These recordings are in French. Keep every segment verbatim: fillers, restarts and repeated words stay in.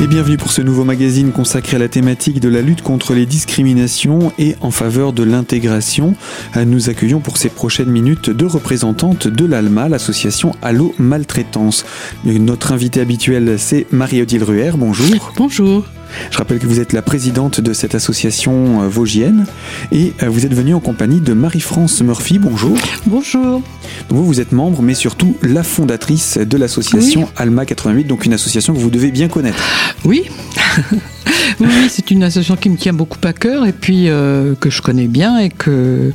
Et bienvenue pour ce nouveau magazine consacré à la thématique de la lutte contre les discriminations et en faveur de l'intégration. Nous accueillons pour ces prochaines minutes deux représentantes de l'ALMA, l'association Allo Maltraitance. Notre invitée habituelle, c'est Marie-Odile Ruher. Bonjour. Bonjour. Je rappelle que vous êtes la présidente de cette association vosgienne et vous êtes venue en compagnie de Marie-France Murphy. Bonjour. Bonjour. Donc vous, vous êtes membre, mais surtout la fondatrice de l'association oui. ALMA quatre-vingt-huit, donc une association que vous devez bien connaître. Oui. Oui, c'est une association qui me tient beaucoup à cœur et puis euh, que je connais bien et que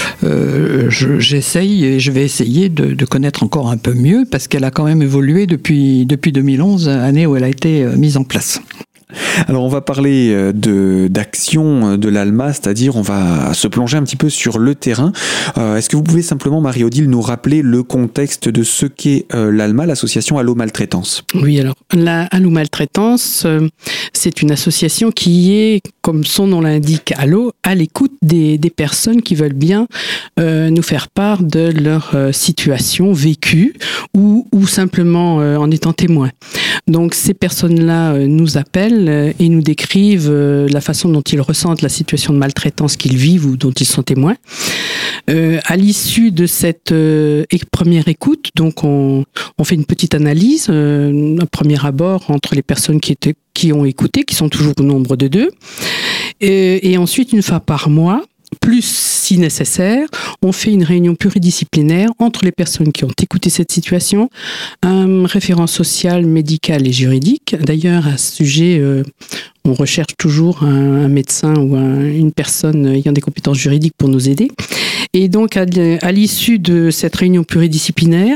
euh, je, j'essaye et je vais essayer de, de connaître encore un peu mieux parce qu'elle a quand même évolué depuis, depuis deux mille onze, année où elle a été mise en place. Alors on va parler de, d'action de l'ALMA, c'est-à-dire on va se plonger un petit peu sur le terrain. Euh, est-ce que vous pouvez simplement, Marie-Odile, nous rappeler le contexte de ce qu'est euh, l'ALMA, l'association Allo Maltraitance ? Oui, alors la Allo Maltraitance, euh, c'est une association qui est, comme son nom l'indique, Allo, à l'écoute des, des personnes qui veulent bien euh, nous faire part de leur euh, situation vécue ou, ou simplement euh, en étant témoins. Donc ces personnes-là euh, nous appellent et nous décrivent la façon dont ils ressentent la situation de maltraitance qu'ils vivent ou dont ils sont témoins. Euh, à l'issue de cette euh, première écoute, donc on, on fait une petite analyse, euh, un premier abord entre les personnes qui, étaient, qui ont écouté, qui sont toujours au nombre de deux, et, et ensuite une fois par mois, plus si nécessaire, on fait une réunion pluridisciplinaire entre les personnes qui ont écouté cette situation, un référent social, médical et juridique. D'ailleurs, à ce sujet, euh, on recherche toujours un, un médecin ou un, une personne ayant des compétences juridiques pour nous aider. Et donc, à, à l'issue de cette réunion pluridisciplinaire,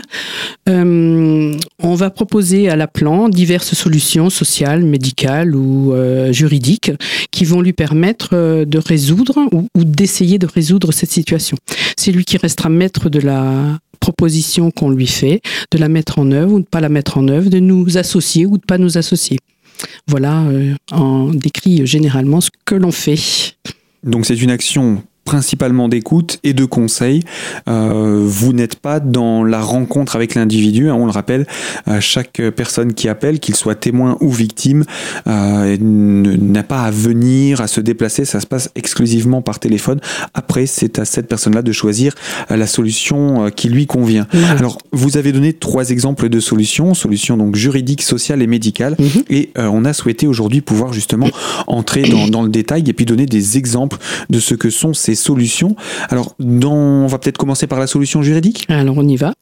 euh, on va proposer à l'appelant diverses solutions sociales, médicales ou euh, juridiques qui vont lui permettre euh, de résoudre ou, ou d'essayer de résoudre cette situation. C'est lui qui restera maître de la proposition qu'on lui fait, de la mettre en œuvre ou de ne pas la mettre en œuvre, de nous associer ou de ne pas nous associer. Voilà, euh, en décrit généralement ce que l'on fait. Donc c'est une action principalement d'écoute et de conseil. Euh, vous n'êtes pas dans la rencontre avec l'individu, hein, on le rappelle, euh, chaque personne qui appelle, qu'il soit témoin ou victime, euh, n'a pas à venir, à se déplacer, ça se passe exclusivement par téléphone. Après, c'est à cette personne-là de choisir euh, la solution euh, qui lui convient. Mmh. Alors, vous avez donné trois exemples de solutions, solutions donc juridiques, sociales et médicales, mmh. et euh, on a souhaité aujourd'hui pouvoir justement entrer dans, dans le détail et puis donner des exemples de ce que sont ces solutions. Alors, dans, on va peut-être commencer par la solution juridique. Alors, on y va.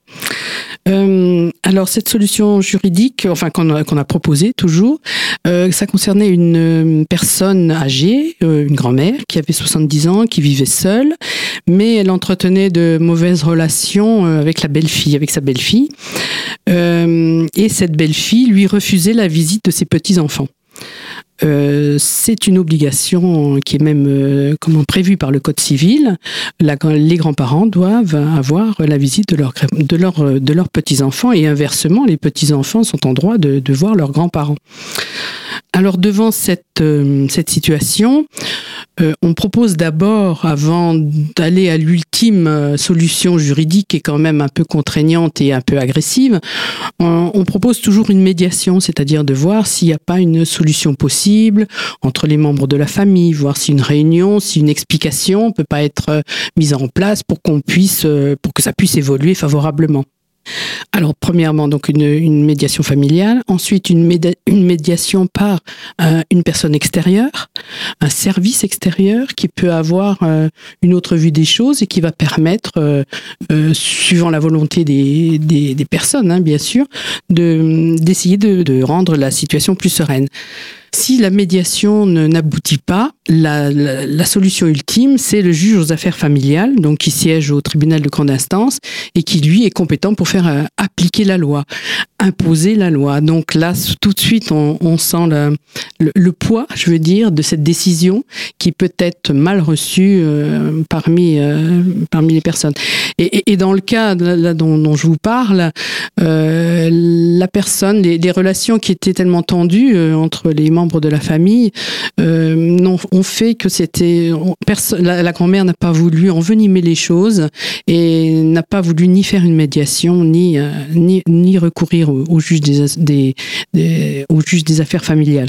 Euh, alors, cette solution juridique, enfin qu'on a, qu'on a proposée toujours, euh, ça concernait une personne âgée, euh, une grand-mère qui avait soixante-dix ans, qui vivait seule, mais elle entretenait de mauvaises relations avec la belle-fille, avec sa belle-fille. Euh, et cette belle-fille lui refusait la visite de ses petits-enfants. Euh, c'est une obligation qui est même euh, comment, prévue par le Code civil. La, les grands-parents doivent avoir la visite de, leur, de, leur, de leurs petits-enfants et inversement, les petits-enfants sont en droit de, de voir leurs grands-parents. Alors devant cette, euh, cette situation, euh, on propose d'abord, avant d'aller à l'ultime euh, solution juridique qui est quand même un peu contraignante et un peu agressive, on, on propose toujours une médiation, c'est-à-dire de voir s'il n'y a pas une solution possible entre les membres de la famille, voir si une réunion, si une explication peut pas être euh, mise en place pour qu'on puisse, euh, pour que ça puisse évoluer favorablement. Alors, premièrement, donc une, une médiation familiale, ensuite une, méda- une médiation par euh, une personne extérieure, un service extérieur qui peut avoir euh, une autre vue des choses et qui va permettre, euh, euh, suivant la volonté des, des, des personnes, hein, bien sûr, de, d'essayer de, de rendre la situation plus sereine. Si la médiation ne, n'aboutit pas, la, la, la solution ultime, c'est le juge aux affaires familiales, donc qui siège au tribunal de grande instance et qui, lui, est compétent pour faire euh, appliquer la loi, imposer la loi. Donc là, tout de suite, on, on sent le, le, le poids, je veux dire, de cette décision qui peut être mal reçue euh, parmi, euh, parmi les personnes. Et, et, et dans le cas là, dont, dont je vous parle, euh, la personne, les, les relations qui étaient tellement tendues euh, entre les membres de la famille euh, non, ont fait que c'était on, perso- la, la grand-mère n'a pas voulu envenimer les choses et n'a pas voulu ni faire une médiation ni euh, ni, ni recourir au, au juge des, des, des au juge des affaires familiales.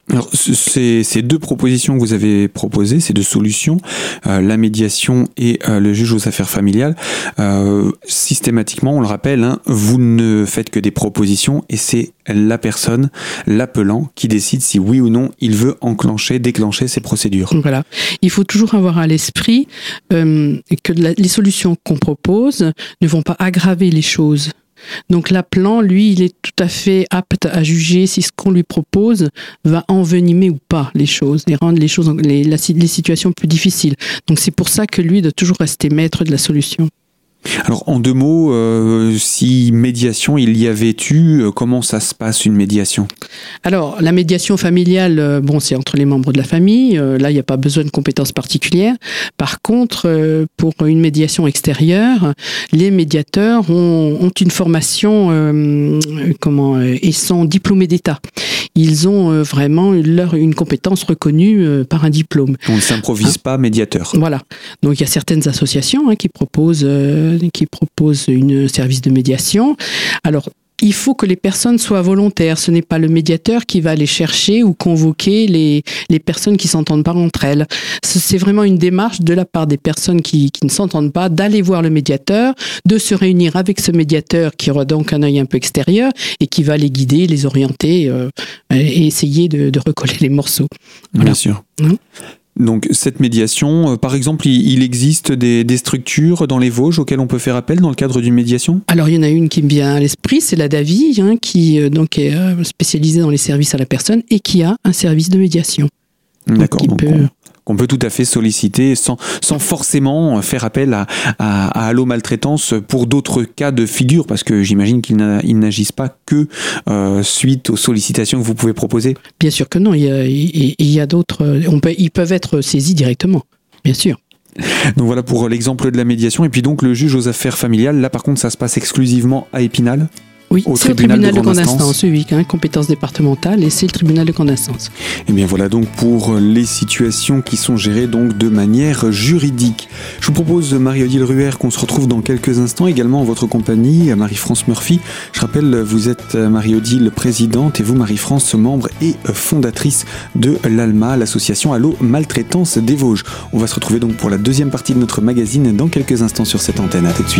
Alors, ces, ces deux propositions que vous avez proposées, ces deux solutions, euh, la médiation et euh, le juge aux affaires familiales, euh, systématiquement, on le rappelle, hein, vous ne faites que des propositions et c'est la personne, l'appelant, qui décide si oui ou non il veut enclencher, déclencher ces procédures. Voilà. Il faut toujours avoir à l'esprit euh, que la, les solutions qu'on propose ne vont pas aggraver les choses. Donc l'appelant, lui, il est tout à fait apte à juger si ce qu'on lui propose va envenimer ou pas les choses et rendre les choses, les, la, les situations plus difficiles. Donc c'est pour ça que lui doit toujours rester maître de la solution. Alors en deux mots, euh, si médiation il y avait eu, euh, comment ça se passe une médiation ? Alors la médiation familiale, euh, bon c'est entre les membres de la famille, euh, là il n'y a pas besoin de compétences particulières. Par contre, euh, pour une médiation extérieure, les médiateurs ont, ont une formation euh, comment, euh, et sont diplômés d'État. Ils ont euh, vraiment leur, une compétence reconnue euh, par un diplôme. On ne s'improvise hein ? pas médiateur. Voilà. Donc il y a certaines associations hein, qui proposent euh, qui proposent un service de médiation. Alors, il faut que les personnes soient volontaires. Ce n'est pas le médiateur qui va aller chercher ou convoquer les, les personnes qui ne s'entendent pas entre elles. C'est vraiment une démarche de la part des personnes qui, qui ne s'entendent pas d'aller voir le médiateur, de se réunir avec ce médiateur qui aura donc un œil un peu extérieur et qui va les guider, les orienter euh, et essayer de, de recoller les morceaux. Voilà. Bien sûr. Mmh. Donc cette médiation, euh, par exemple, il, il existe des, des structures dans les Vosges auxquelles on peut faire appel dans le cadre d'une médiation ? Alors il y en a une qui me vient à l'esprit, c'est la Davy, hein, qui euh, donc est euh, spécialisée dans les services à la personne et qui a un service de médiation. D'accord. Donc, donc peut... on, qu'on peut tout à fait solliciter sans, sans forcément faire appel à, à, à Allo Maltraitance pour d'autres cas de figure, parce que j'imagine qu'ils n'agissent pas que euh, suite aux sollicitations que vous pouvez proposer. Bien sûr que non, il y a, il, il y a d'autres, on peut, ils peuvent être saisis directement, bien sûr. Donc voilà pour l'exemple de la médiation. Et puis donc le juge aux affaires familiales, là par contre ça se passe exclusivement à Épinal ? Oui, au c'est tribunal au tribunal de, de grande instance, instance oui, hein, compétence départementale, et c'est le tribunal de grande instance. Et bien voilà donc pour les situations qui sont gérées donc de manière juridique. Je vous propose, Marie-Odile Ruher, qu'on se retrouve dans quelques instants également en votre compagnie, Marie-France Murphy. Je rappelle, vous êtes Marie-Odile présidente et vous Marie-France membre et fondatrice de l'ALMA, l'association Allo Maltraitance des Vosges. On va se retrouver donc pour la deuxième partie de notre magazine dans quelques instants sur cette antenne. À tout de suite.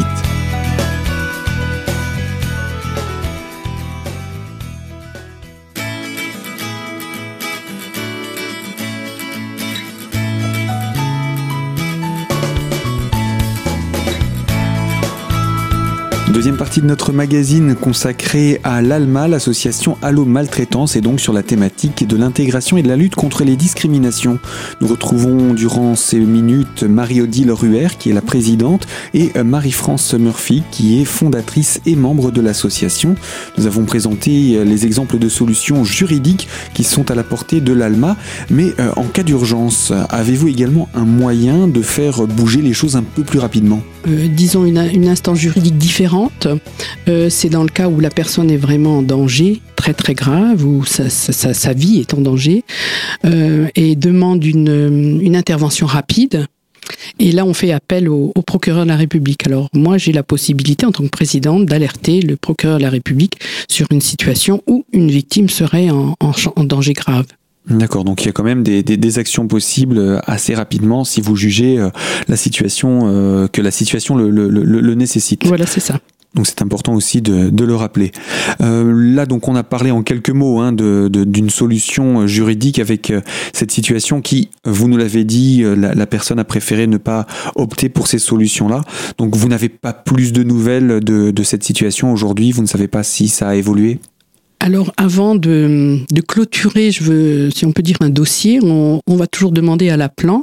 Deuxième partie de notre magazine consacrée à l'ALMA, l'association Allo Maltraitance, et donc sur la thématique de l'intégration et de la lutte contre les discriminations. Nous retrouvons durant ces minutes Marie-Odile Ruher, qui est la présidente, et Marie-France Murphy, qui est fondatrice et membre de l'association. Nous avons présenté les exemples de solutions juridiques qui sont à la portée de l'ALMA, mais euh, en cas d'urgence, avez-vous également un moyen de faire bouger les choses un peu plus rapidement ? Euh, disons une, une instance juridique différente. Euh, c'est dans le cas où la personne est vraiment en danger, très très grave, où sa, sa, sa vie est en danger, euh, et demande une, une intervention rapide. Et là, on fait appel au, au procureur de la République. Alors, moi, j'ai la possibilité, en tant que présidente, d'alerter le procureur de la République sur une situation où une victime serait en, en, en danger grave. D'accord, donc il y a quand même des, des, des actions possibles assez rapidement si vous jugez euh, la situation, euh, que la situation le, le, le, le nécessite. Voilà, c'est ça. Donc c'est important aussi de, de le rappeler. Euh, là donc on a parlé en quelques mots hein, de, de, d'une solution juridique avec euh, cette situation qui, vous nous l'avez dit, euh, la, la personne a préféré ne pas opter pour ces solutions-là. Donc vous n'avez pas plus de nouvelles de, de cette situation aujourd'hui, vous ne savez pas si ça a évolué ? Alors, avant de, de clôturer, je veux, si on peut dire un dossier, on, on va toujours demander à l'appelant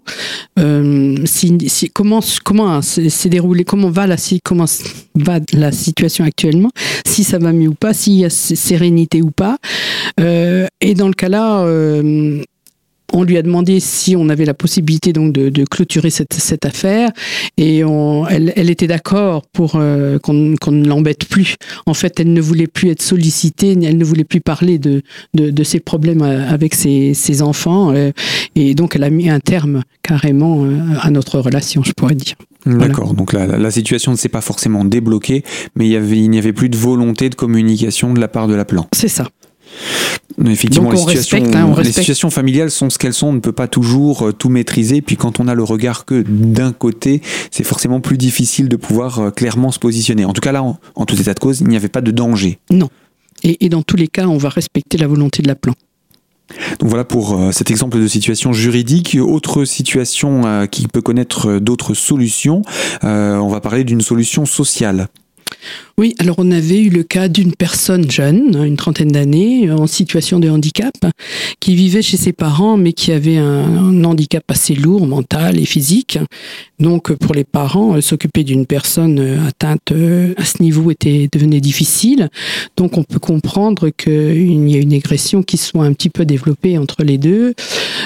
euh, si, si, comment, comment s'est déroulé, comment va la, comment va la situation actuellement, si ça va mieux ou pas, s'il y a sérénité ou pas. Euh, et dans le cas-là, euh, on lui a demandé si on avait la possibilité donc de, de clôturer cette, cette affaire, et on, elle, elle était d'accord pour euh, qu'on, qu'on ne l'embête plus. En fait, elle ne voulait plus être sollicitée, elle ne voulait plus parler de, de, de ses problèmes avec ses, ses enfants, euh, et donc elle a mis un terme carrément euh, à notre relation, je pourrais dire. D'accord, voilà. Donc la, la situation ne s'est pas forcément débloquée, mais il, y avait, il n'y avait plus de volonté de communication de la part de l'appelant. C'est ça. Effectivement, Donc, les, on situations, respecte, hein, on les respecte. situations familiales sont ce qu'elles sont, on ne peut pas toujours tout maîtriser, puis quand on a le regard que d'un côté, c'est forcément plus difficile de pouvoir clairement se positionner. En tout cas là, en, en tout état de cause, il n'y avait pas de danger. Non. Et, et dans tous les cas, on va respecter la volonté de l'appelant. Donc voilà pour euh, cet exemple de situation juridique. Autre situation euh, qui peut connaître d'autres solutions, euh, on va parler d'une solution sociale. Oui, alors on avait eu le cas d'une personne jeune, une trentaine d'années, en situation de handicap, qui vivait chez ses parents, mais qui avait un, un handicap assez lourd, mental et physique. Donc pour les parents, s'occuper d'une personne atteinte à ce niveau était devenait difficile. Donc on peut comprendre qu'il y a une agression qui soit un petit peu développée entre les deux.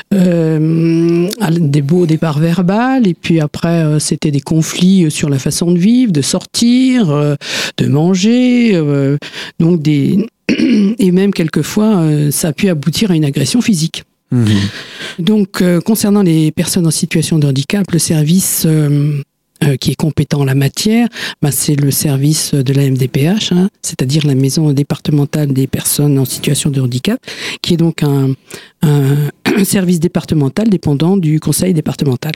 Euh, des beaux départs verbal, et puis après c'était des conflits sur la façon de vivre, de sortir, de manger, euh, donc des et même quelquefois euh, ça a pu aboutir à une agression physique. Mmh. Donc euh, concernant les personnes en situation de handicap, le service euh, euh, qui est compétent en la matière, bah, c'est le service de la M D P H, hein, c'est-à-dire la maison départementale des personnes en situation de handicap, qui est donc un, un, un service départemental dépendant du conseil départemental.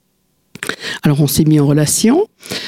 Alors on s'est mis en relation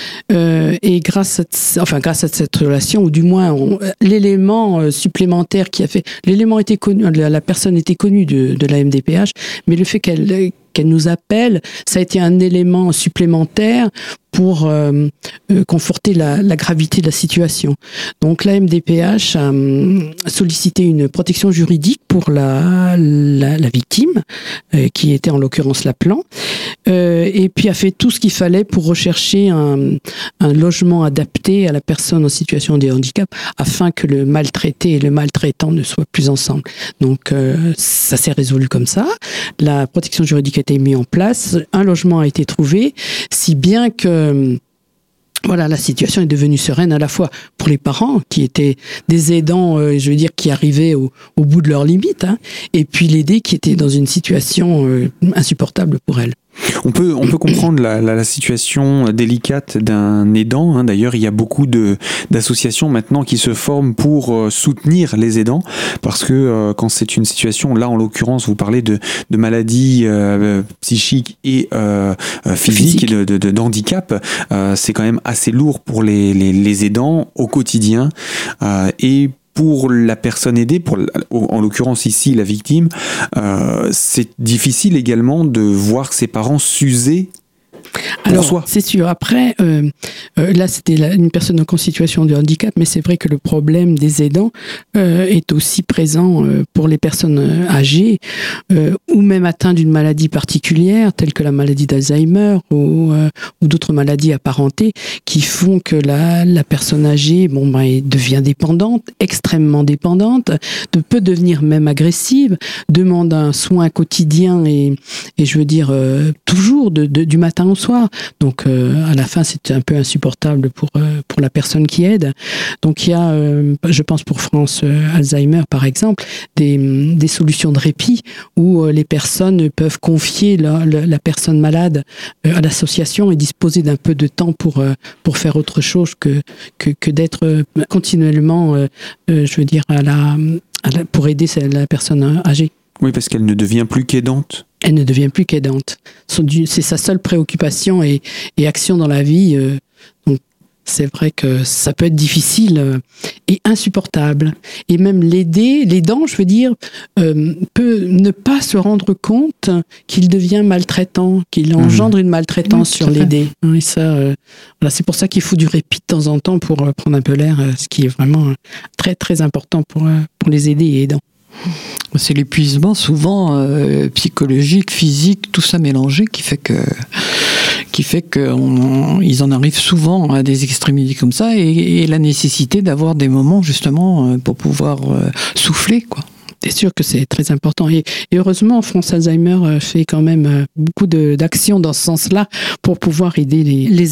euh, et grâce à, enfin grâce à cette relation, ou du moins on, l'élément supplémentaire qui a fait, l'élément était connu, la, la personne était connue de, de la M D P H, mais le fait qu'elle qu'elle nous appelle, ça a été un élément supplémentaire pour euh, euh, conforter la, la gravité de la situation. Donc la M D P H a euh, sollicité une protection juridique pour la, la, la victime, euh, qui était en l'occurrence l'appelant, euh, et puis a fait tout ce qu'il fallait pour rechercher un, un logement adapté à la personne en situation de handicap, afin que le maltraité et le maltraitant ne soient plus ensemble. Donc euh, ça s'est résolu comme ça. La protection juridique a été mise en place, un logement a été trouvé, si bien que voilà, la situation est devenue sereine à la fois pour les parents qui étaient des aidants, euh, je veux dire, qui arrivaient au, au bout de leurs limites, hein, et puis l'aidé qui était dans une situation euh, insupportable pour elle. On peut, on peut comprendre la, la, la situation délicate d'un aidant. Hein. D'ailleurs, il y a beaucoup de, d'associations maintenant qui se forment pour euh, soutenir les aidants, parce que euh, quand c'est une situation, là en l'occurrence, vous parlez de, de maladies euh, psychiques et euh, physiques, Physique. et de, de, de, d'handicap, euh, c'est quand même assez lourd pour les, les, les aidants au quotidien. Euh, et pour la personne aidée, pour, en l'occurrence ici la victime, euh, c'est difficile également de voir ses parents s'user. Alors, soi. C'est sûr. Après, euh, euh, là, c'était la, une personne en situation de handicap, mais c'est vrai que le problème des aidants euh, est aussi présent euh, pour les personnes âgées euh, ou même atteintes d'une maladie particulière, telle que la maladie d'Alzheimer ou, euh, ou d'autres maladies apparentées, qui font que la, la personne âgée, bon, ben, elle devient dépendante, extrêmement dépendante, de, peut devenir même agressive, demande un soin quotidien et, et je veux dire euh, toujours de, de, du matin au soir. Donc euh, à la fin, c'est un peu insupportable pour euh, pour la personne qui aide. Donc il y a, euh, je pense pour France euh, Alzheimer par exemple, des des solutions de répit où euh, les personnes peuvent confier la, la, la personne malade euh, à l'association et disposer d'un peu de temps pour euh, pour faire autre chose que que, que d'être euh, continuellement, euh, euh, je veux dire, à la, à la pour aider la personne âgée. Oui, parce qu'elle ne devient plus qu'aidante. Elle ne devient plus qu'aidante. C'est sa seule préoccupation et, et action dans la vie. Donc, c'est vrai que ça peut être difficile et insupportable. Et même l'aider, l'aidant, je veux dire, euh, peut ne pas se rendre compte qu'il devient maltraitant, qu'il engendre mmh. une maltraitance mmh, sur l'aidé. Et ça, euh, voilà, c'est pour ça qu'il faut du répit de temps en temps pour euh, prendre un peu l'air, euh, ce qui est vraiment très, très important pour, euh, pour les aidés et aidants. C'est l'épuisement souvent euh, psychologique, physique, tout ça mélangé qui fait que qui fait qu'ils en arrivent souvent à des extrémités comme ça et, et la nécessité d'avoir des moments justement pour pouvoir euh, souffler, quoi. C'est sûr que c'est très important. Et, et heureusement, France Alzheimer fait quand même beaucoup de, d'actions dans ce sens-là pour pouvoir aider les, les aidants.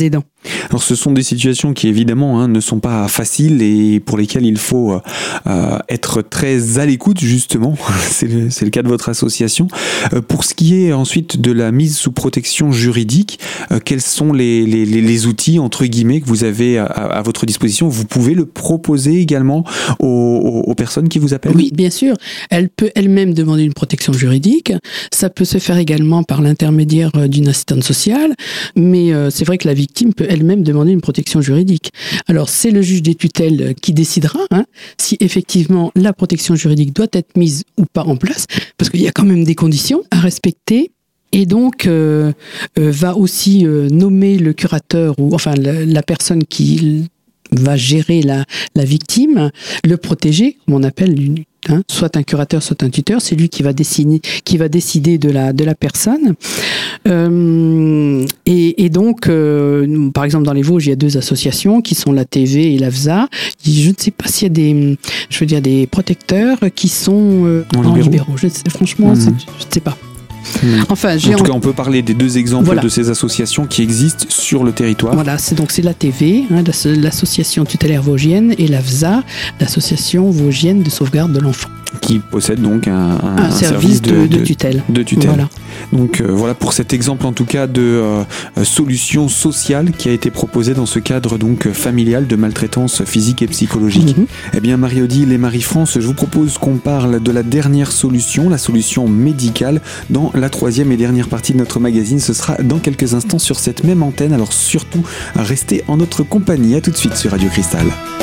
Alors ce sont des situations qui évidemment hein, ne sont pas faciles et pour lesquelles il faut euh, être très à l'écoute justement, c'est le, c'est le cas de votre association. Euh, pour ce qui est ensuite de la mise sous protection juridique, euh, quels sont les, les, les outils entre guillemets que vous avez à, à votre disposition? Vous pouvez le proposer également aux, aux, aux personnes qui vous appellent? Oui, bien sûr. Elle peut elle-même demander une protection juridique. Ça peut se faire également par l'intermédiaire d'une assistante sociale, mais euh, c'est vrai que la victime peut elle-même demander une protection juridique. Alors, c'est le juge des tutelles qui décidera hein, si effectivement la protection juridique doit être mise ou pas en place, parce qu'il y a quand même des conditions à respecter. Et donc, euh, euh, va aussi euh, nommer le curateur, ou enfin la, la personne qui va gérer la, la victime, le protéger, comme on appelle, hein, soit un curateur, soit un tuteur, c'est lui qui va décider, qui va décider de la, de la personne. Euh, et, et donc, euh, par exemple, dans les Vosges, il y a deux associations qui sont la T V et l'A F S A. Je ne sais pas s'il y a des, je veux dire, des protecteurs qui sont euh, en, en libéraux. libéraux. Je ne sais, franchement, mmh. je ne sais pas. Enfin, j'ai en tout cas, on peut parler des deux exemples voilà. de ces associations qui existent sur le territoire. Voilà, c'est donc c'est la T V, hein, l'association tutélaire vosgienne, et l'A F S A, l'association vosgienne de sauvegarde de l'enfant. Qui possède donc un, un, un, un service, service de, de, de tutelle. De tutelle. Voilà. Donc euh, voilà pour cet exemple en tout cas de euh, solution sociale qui a été proposée dans ce cadre donc familial de maltraitance physique et psychologique. Mm-hmm. Eh bien Marie-Odile et Marie-France, je vous propose qu'on parle de la dernière solution, la solution médicale, dans la troisième et dernière partie de notre magazine. Ce sera dans quelques instants sur cette même antenne. Alors surtout, restez en notre compagnie. À tout de suite sur Radio Cristal.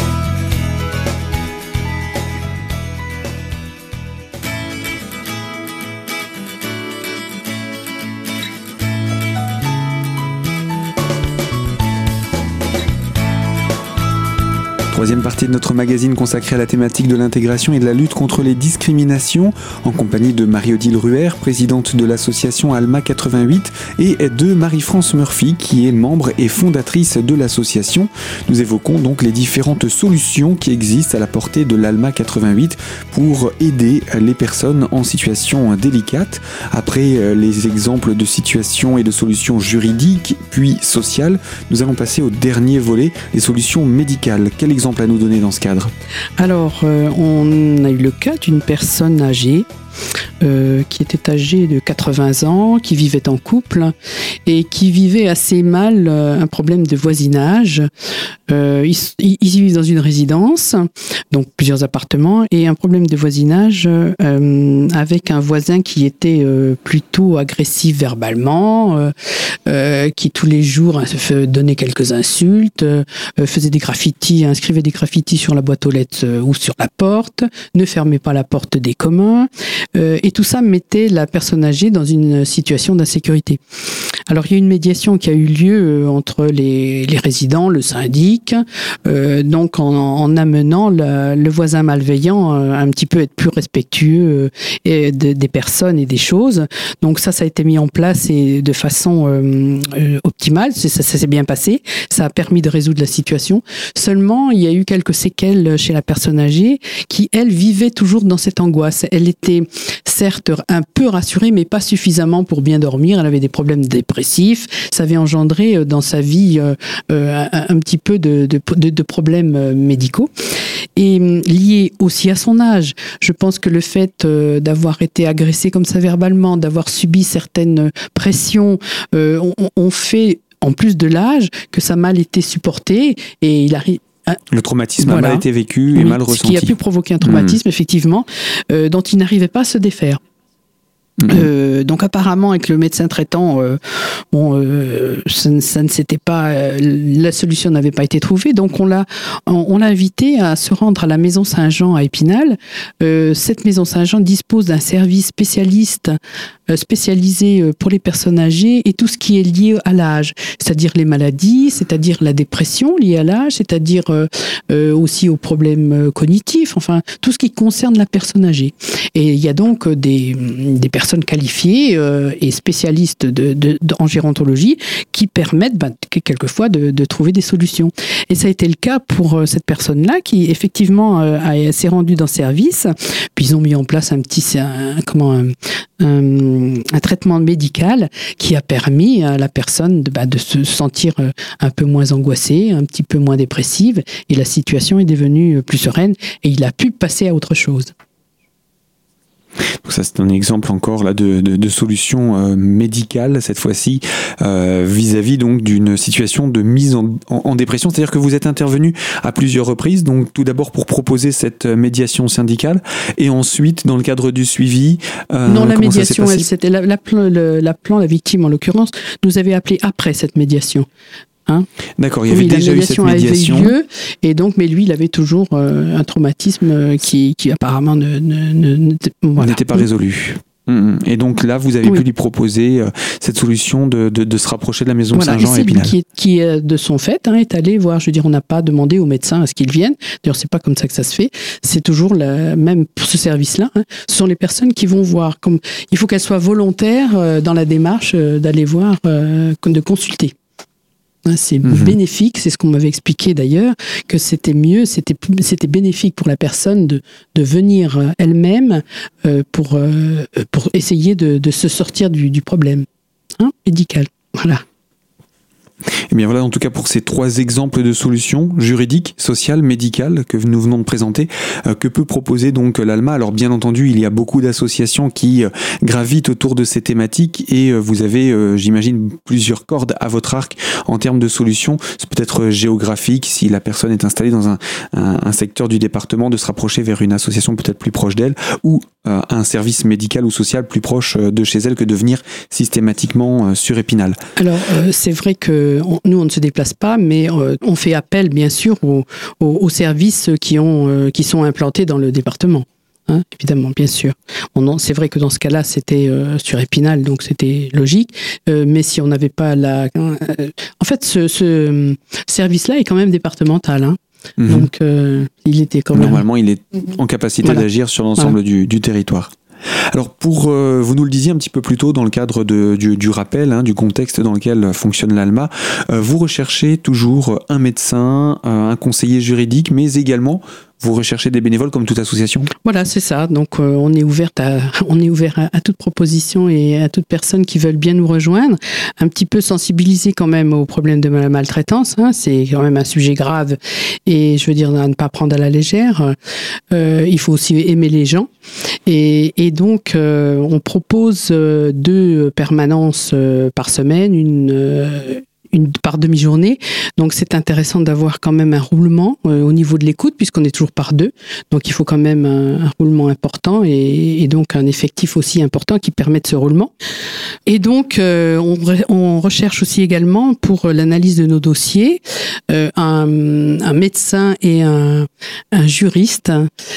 Troisième partie de notre magazine consacrée à la thématique de l'intégration et de la lutte contre les discriminations, en compagnie de Marie-Odile Ruher, présidente de l'association ALMA quatre-vingt-huit, et de Marie-France Murphy, qui est membre et fondatrice de l'association. Nous évoquons donc les différentes solutions qui existent à la portée de l'ALMA quatre-vingt-huit pour aider les personnes en situation délicate. Après les exemples de situations et de solutions juridiques, puis sociales, nous allons passer au dernier volet, les solutions médicales. Quel exemple à nous donner dans ce cadre? Alors, euh, on a eu le cas d'une personne âgée Euh, qui était âgée de quatre-vingts ans, qui vivait en couple et qui vivait assez mal euh, un problème de voisinage. Euh, ils, ils y vivent dans une résidence, donc plusieurs appartements, et un problème de voisinage euh, avec un voisin qui était euh, plutôt agressif verbalement, euh, euh, qui tous les jours hein, donnait quelques insultes, euh, faisait des graffitis, inscrivait des graffitis sur la boîte aux lettres euh, ou sur la porte, ne fermait pas la porte des communs. Euh, et tout ça mettait la personne âgée dans une situation d'insécurité. Alors, il y a une médiation qui a eu lieu entre les, les résidents, le syndic, euh, donc en, en amenant le, le voisin malveillant à un petit peu être plus respectueux et de, des personnes et des choses. Donc ça, ça a été mis en place et de façon euh, euh, optimale. Ça, ça s'est bien passé. Ça a permis de résoudre la situation. Seulement, il y a eu quelques séquelles chez la personne âgée qui, elle, vivait toujours dans cette angoisse. Elle était certes un peu rassurée, mais pas suffisamment pour bien dormir. Elle avait des problèmes dépressifs. Ça avait engendré dans sa vie euh, un, un petit peu de, de, de, de problèmes médicaux. Et lié aussi à son âge. Je pense que le fait euh, d'avoir été agressé comme ça verbalement, d'avoir subi certaines pressions, euh, on, on fait, en plus de l'âge, que ça a mal été supporté et il arrive. Le traumatisme voilà. a mal été vécu et oui, mal ressenti. Ce qui a pu provoquer un traumatisme, mmh. effectivement, euh, dont il n'arrivait pas à se défaire. Mmh. Euh, donc apparemment avec le médecin traitant, euh, bon, euh, ça, ça ne s'était pas, euh, la solution n'avait pas été trouvée. Donc on l'a, on, on l'a invité à se rendre à la Maison Saint-Jean à Épinal. Euh, cette Maison Saint-Jean dispose d'un service spécialiste, euh, spécialisé pour les personnes âgées et tout ce qui est lié à l'âge, c'est-à-dire les maladies, c'est-à-dire la dépression liée à l'âge, c'est-à-dire euh, euh, aussi aux problèmes cognitifs. Enfin tout ce qui concerne la personne âgée. Et il y a donc des des personnes personnes qualifiées euh, et spécialistes de, de, de, en gérontologie qui qui permettent bah, quelquefois de, de trouver des solutions. Et ça a été le cas pour euh, cette personne-là qui effectivement euh, a, s'est rendue dans le service, puis ils ont mis en place un petit un, comment un, un, un traitement médical qui a permis à la personne de, bah, de se sentir un peu moins angoissée, un petit peu moins dépressive, et la situation est devenue plus sereine et il a pu passer à autre chose. Donc ça, c'est un exemple encore là de, de, de solution euh, médicale cette fois-ci euh, vis-à-vis donc d'une situation de mise en, en, en dépression. C'est-à-dire que vous êtes intervenu à plusieurs reprises. Donc tout d'abord pour proposer cette médiation syndicale et ensuite dans le cadre du suivi. Euh, non, la médiation, elle, c'était la, la, la, la plan, la victime en l'occurrence, nous avait appelé après cette médiation. Hein D'accord, il y avait oui, déjà eu cette médiation. Avait eu lieu, et donc, mais lui, il avait toujours euh, un traumatisme qui, qui apparemment ne, ne, ne, ne voilà. n'était pas résolu. Et donc là, vous avez oui. pu lui proposer euh, cette solution de, de, de se rapprocher de la maison voilà. Saint-Jean et c'est Épinal. Lui qui, qui de son fait, hein, est allé voir. Je veux dire, on n'a pas demandé aux médecins à ce qu'ils viennent. D'ailleurs, c'est pas comme ça que ça se fait. C'est toujours la, même pour ce service-là. Hein, ce sont les personnes qui vont voir. Comme il faut qu'elles soient volontaires euh, dans la démarche euh, d'aller voir, euh, de consulter. C'est mmh. bénéfique, c'est ce qu'on m'avait expliqué d'ailleurs, que c'était mieux, c'était, c'était bénéfique pour la personne de, de venir elle-même euh, pour, euh, pour essayer de, de se sortir du, du problème hein, médical. Voilà. Et bien voilà, en tout cas pour ces trois exemples de solutions juridiques, sociales, médicales que nous venons de présenter, euh, que peut proposer donc l'ALMA. Alors bien entendu, il y a beaucoup d'associations qui euh, gravitent autour de ces thématiques et euh, vous avez, euh, j'imagine, plusieurs cordes à votre arc en termes de solutions. C'est peut-être géographique, si la personne est installée dans un, un, un secteur du département, de se rapprocher vers une association peut-être plus proche d'elle ou euh, un service médical ou social plus proche de chez elle que de venir systématiquement euh, sur Épinal. Alors euh, c'est vrai que On, nous, on ne se déplace pas, mais euh, on fait appel, bien sûr, aux, aux, aux services qui, ont, euh, qui sont implantés dans le département. Hein, évidemment, bien sûr. On, c'est vrai que dans ce cas-là, c'était euh, sur Épinal, donc c'était logique. Euh, mais si on n'avait pas la... Euh, en fait, ce, ce service-là est quand même départemental. Hein. Mmh. Donc, euh, il était quand même... Normalement, il est en capacité voilà. d'agir sur l'ensemble voilà. du, du territoire. Alors pour, euh, vous nous le disiez un petit peu plus tôt dans le cadre de, du, du rappel, hein, du contexte dans lequel fonctionne l'ALMA, euh, vous recherchez toujours un médecin, euh, un conseiller juridique, mais également vous recherchez des bénévoles comme toute association ? Voilà, c'est ça. Donc euh, on est ouverte à, on est ouvert à, à toute proposition et à toute personne qui veulent bien nous rejoindre. Un petit peu sensibiliser quand même au problème de la maltraitance. Hein, c'est quand même un sujet grave et je veux dire à ne pas prendre à la légère. Euh, il faut aussi aimer les gens. Et, et donc euh, on propose euh, deux permanences euh, par semaine, une euh, une par demi-journée. Donc, c'est intéressant d'avoir quand même un roulement euh, au niveau de l'écoute, puisqu'on est toujours par deux. Donc, il faut quand même un, un roulement important et, et donc un effectif aussi important qui permette ce roulement. Et donc, euh, on, on recherche aussi également pour l'analyse de nos dossiers euh, un, un médecin et un, un juriste.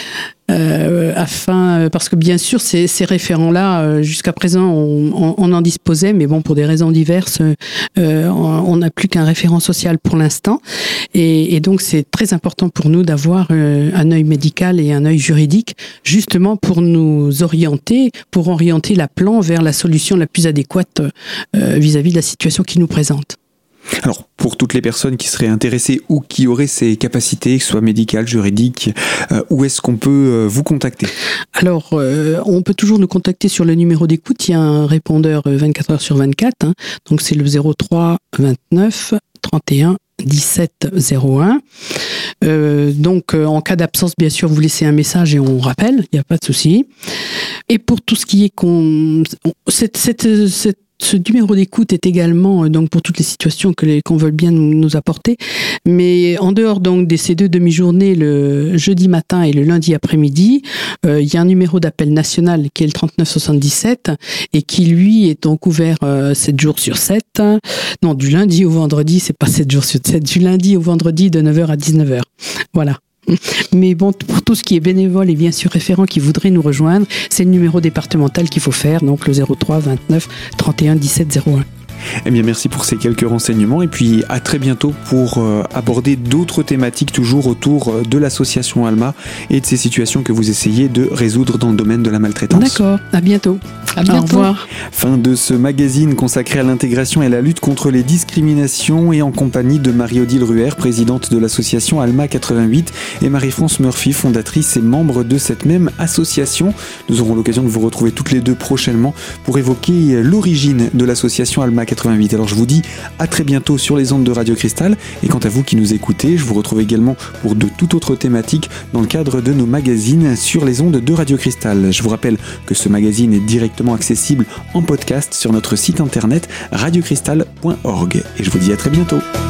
Euh, afin, parce que bien sûr ces, ces référents-là, euh, jusqu'à présent on, on, on en disposait, mais bon pour des raisons diverses, euh, on n'a plus qu'un référent social pour l'instant, et, et donc c'est très important pour nous d'avoir euh, un œil médical et un œil juridique, justement pour nous orienter, pour orienter la plan vers la solution la plus adéquate euh, vis-à-vis de la situation qui nous présente. Alors, pour toutes les personnes qui seraient intéressées ou qui auraient ces capacités, que ce soit médicales, juridiques, euh, où est-ce qu'on peut euh, vous contacter ? Alors, euh, on peut toujours nous contacter sur le numéro d'écoute. Il y a un répondeur vingt-quatre heures sur vingt-quatre. Hein, donc, c'est le zéro trois vingt-neuf trente et un dix-sept zéro un. Euh, donc, euh, en cas d'absence, bien sûr, vous laissez un message et on rappelle. Il n'y a pas de souci. Et pour tout ce qui est... Con... Cette, cette, cette Ce numéro d'écoute est également euh, donc pour toutes les situations que les, qu'on veut bien nous, nous apporter, mais en dehors donc de ces deux demi-journées, le jeudi matin et le lundi après-midi, euh, il y a un numéro d'appel national qui est le trente-neuf soixante-dix-sept et qui lui est donc ouvert euh, sept jours sur sept. Non, du lundi au vendredi, c'est pas sept jours sur sept, du lundi au vendredi de neuf heures à dix-neuf heures. Voilà. Mais bon, pour tout ce qui est bénévole et bien sûr référent qui voudraient nous rejoindre, c'est le numéro départemental qu'il faut faire, donc le zéro trois vingt-neuf trente et un dix-sept zéro un. Eh bien, merci pour ces quelques renseignements et puis à très bientôt pour euh, aborder d'autres thématiques toujours autour de l'association ALMA et de ces situations que vous essayez de résoudre dans le domaine de la maltraitance. D'accord, à bientôt. À bientôt. Au revoir. Fin de ce magazine consacré à l'intégration et à la lutte contre les discriminations et en compagnie de Marie-Odile Ruher, présidente de l'association ALMA quatre-vingt-huit et Marie-France Murphy, fondatrice et membre de cette même association. Nous aurons l'occasion de vous retrouver toutes les deux prochainement pour évoquer l'origine de l'association ALMA quatre-vingt-huit. Alors je vous dis à très bientôt sur les ondes de Radio Cristal et quant à vous qui nous écoutez, je vous retrouve également pour de toute autre thématique dans le cadre de nos magazines sur les ondes de Radio Cristal. Je vous rappelle que ce magazine est directement accessible en podcast sur notre site internet radio cristal point org et je vous dis à très bientôt.